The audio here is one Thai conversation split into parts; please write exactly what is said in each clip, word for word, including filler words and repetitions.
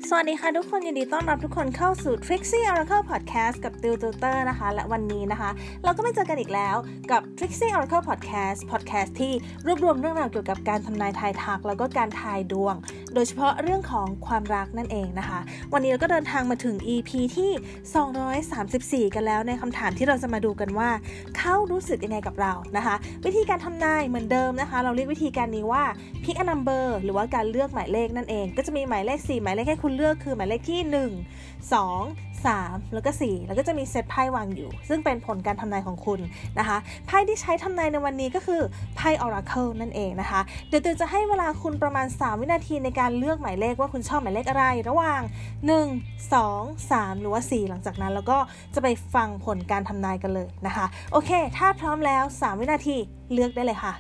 สวัสดีค่ะทุกคนยินดีต้อนรับทุกคนเข้าสู่ Trixie Oracle Podcast กับติวติวเตอร์นะคะและวันนี้นะคะเราก็มาเจอกันอีกแล้วกับ Trixie Oracle Podcast Podcast ที่รวบรวมเรื่องราวเกี่ยวกับการทำนายทายทักแล้วก็การทายดวงโดยเฉพาะเรื่องของความรักนั่นเองนะคะวันนี้เราก็เดินทางมาถึง อี พี ที่สองร้อยสามสิบสี่กันแล้วในคำถามที่เราจะมาดูกันว่าเขารู้สึกยังไงกับเรานะคะวิธีการทำนายเหมือนเดิมนะคะเราเรียกวิธีการนี้ว่า Pick a number หรือว่าการเลือกหมายเลขนั่นเองก็จะมีหมายเลขสี่หมายเลขให้คุณเลือกคือหมายเลขที่หนึ่ง สอง สามแล้วก็สี่แล้วก็จะมีเซตไพ่วางอยู่ซึ่งเป็นผลการทำนายของคุณนะคะไพ่ที่ใช้ทำนายในวันนี้ก็คือไพ่ Oracle นั่นเองนะคะเดี๋ยวจะให้เวลาคุณประมาณสามวินาทีในการเลือกหมายเลขว่าคุณชอบหมายเลขอะไรระหว่างหนึ่ง สอง สามหรือว่าสี่หลังจากนั้นแล้วก็จะไปฟังผลการทำนายกันเลยนะคะโอเคถ้าพร้อมแล้วสามวินาทีเลือกได้เลยค่ะ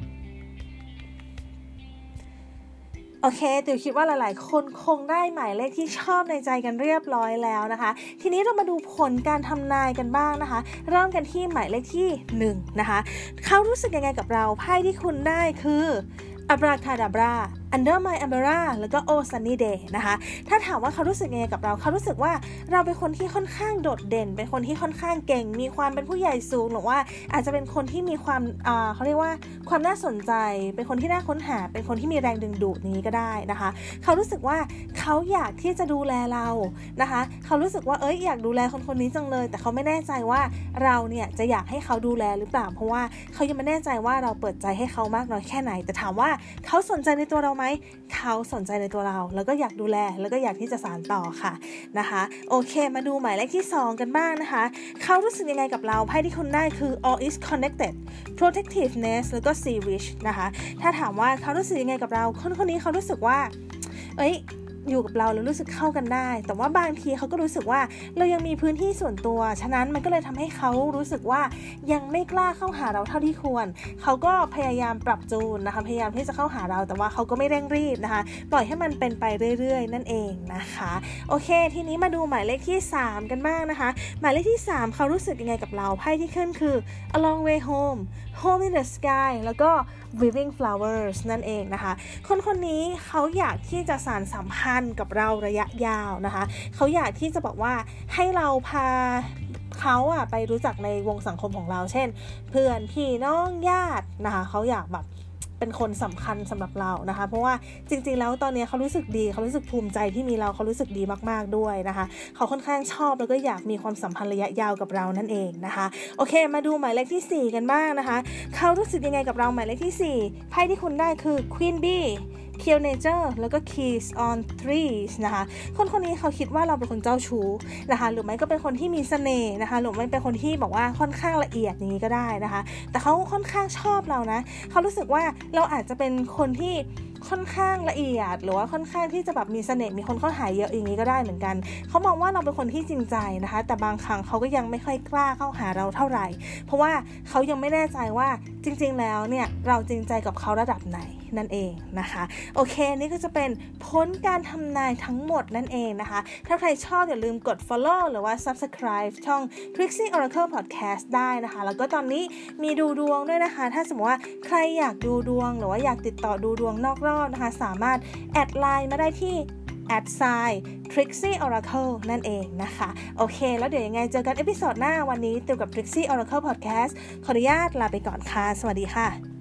โอเคติวคิดว่าหลายๆคนคงได้หมายเลขที่ชอบในใจกันเรียบร้อยแล้วนะคะทีนี้เรามาดูผลการทำนายกันบ้างนะคะเริ่มกันที่หมายเลขที่หนึ่งนะคะเขารู้สึกยังไงกับเราไพ่ที่คุณได้คือ Abracadabra Under My Umbrella แล้วก็ Oh Sunny Day นะคะถ้าถามว่าเขารู้สึกยังไงกับเราเขารู้สึกว่าเราเป็นคนที่ค่อนข้างโดดเด่นเป็นคนที่ค่อนข้างเก่งมีความเป็นผู้ใหญ่สูงหรือว่าอาจจะเป็นคนที่มีความอ่าเขาเรียกว่าความน่าสนใจเป็นคนที่น่าค้นหาเป็นคนที่มีแรงดึงดูดนี้ก็ได้นะคะเขารู้สึกว่าเขาอยากที่จะดูแลเรานะคะเขารู้สึกว่าเอ้ยอยากดูแลคนคนนี้จังเลยแต่เขาไม่แน่ใจว่าเราเนี่ยจะอยากให้เขาดูแลหรือเปล่าเพราะว่าเขายังไม่แน่ใจว่าเราเปิดใจให้เขามากน้อยแค่ไหนแต่ถามว่าเขาสนใจในตัวเราไหมเขาสนใจในตัวเราแล้วก็อยากดูแลแล้วก็อยากที่จะสานต่อค่ะนะคะโอเคมาดูหมายเลขที่สองกันบ้างนะคะเขารู้สึกยังไงกับเราไพ่ที่คุณได้คือ all is connected protectiveness แล้วก็ sea wish นะคะถ้าถามว่าเขารู้สึกยังไงกับเราคนคนนี้เขารู้สึกว่าเอ้ยอยู่กับเราแล้วรู้สึกเข้ากันได้แต่ว่าบางทีเขาก็รู้สึกว่าเรายังมีพื้นที่ส่วนตัวฉะนั้นมันก็เลยทำให้เขารู้สึกว่ายังไม่กล้าเข้าหาเราเท่าที่ควรเขาก็พยายามปรับจูนนะคะพยายามที่จะเข้าหาเราแต่ว่าเขาก็ไม่เร่งรีบนะคะปล่อยให้มันเป็นไปเรื่อยๆนั่นเองนะคะโอเคทีนี้มาดูหมายเลขที่สามกันบ้างนะคะหมายเลขที่สามเขารู้สึกยังไงกับเราไพ่ที่ขึ้นคือ A Long Way Home Home in the Sky แล้วก็ Weaving Flowers นั่นเองนะคะคนคนนี้เขาอยากที่จะสานสัมพันธ์กับเราระยะยาวนะคะเขาอยากที่จะบอกว่าให้เราพาเขาอะไปรู้จักในวงสังคมของเราเช่นเพื่อนพี่น้องญาตินะคะเขาอยากแบบเป็นคนสำคัญสำหรับเรานะคะเพราะว่าจริงๆแล้วตอนนี้เขารู้สึกดีเขารู้สึกภูมิใจที่มีเราเขารู้สึกดีมากๆด้วยนะคะเขาค่อนข้างชอบแล้วก็อยากมีความสัมพันธ์ระยะยาวกับเรานั่นเองนะคะโอเคมาดูหมายเลขที่สี่กันบ้างนะคะเขารู้สึกยังไงกับเราหมายเลขที่สี่ไพ่ที่คุณได้คือ Queen Bee Kill Nature แล้วก็ Keys on Trees นะคะคนคนนี้เขาคิดว่าเราเป็นคนเจ้าชู้นะคะหรือไม่ก็เป็นคนที่มีเสน่ห์นะคะหรือไม่เป็นคนที่บอกว่าค่อนข้างละเอียดนี้ก็ได้นะคะแต่เขาค่อนข้างชอบเรานะเขารู้สึกว่าเราอาจจะเป็นคนที่ค่อนข้างละเอียดหรือว่าค่อนข้างที่จะแบบมีเสน่ห์มีคนเข้าหาเยอะอย่างนี้ก็ได้เหมือนกันเขามองว่าเราเป็นคนที่จริงใจนะคะแต่บางครั้งเขาก็ยังไม่ค่อยกล้าเข้าหาเราเท่าไหร่เพราะว่าเขายังไม่แน่ใจว่าจริงๆแล้วเนี่ยเราจริงใจกับเขาระดับไหนนั่นเองนะคะโอเคนี่ก็จะเป็นผลการทำนายทั้งหมดนั่นเองนะคะถ้าใครชอบอย่าลืมกด follow หรือว่า subscribe ช่อง Trixie Oracle Podcast ได้นะคะแล้วก็ตอนนี้มีดูดวงด้วยนะคะถ้าสมมติว่าใครอยากดูดวงหรือว่าอยากติดต่อดูดวงนอกรอบนะคะสามารถแอดไลน์มาได้ที่ แอท ไซน์ Trixie Oracle นั่นเองนะคะโอเคแล้วเดี๋ยวยังไงเจอกันเอพิโซดหน้าวันนี้ติวกับ Trixie Oracle Podcast ขออนุญาตลาไปก่อนค่ะสวัสดีค่ะ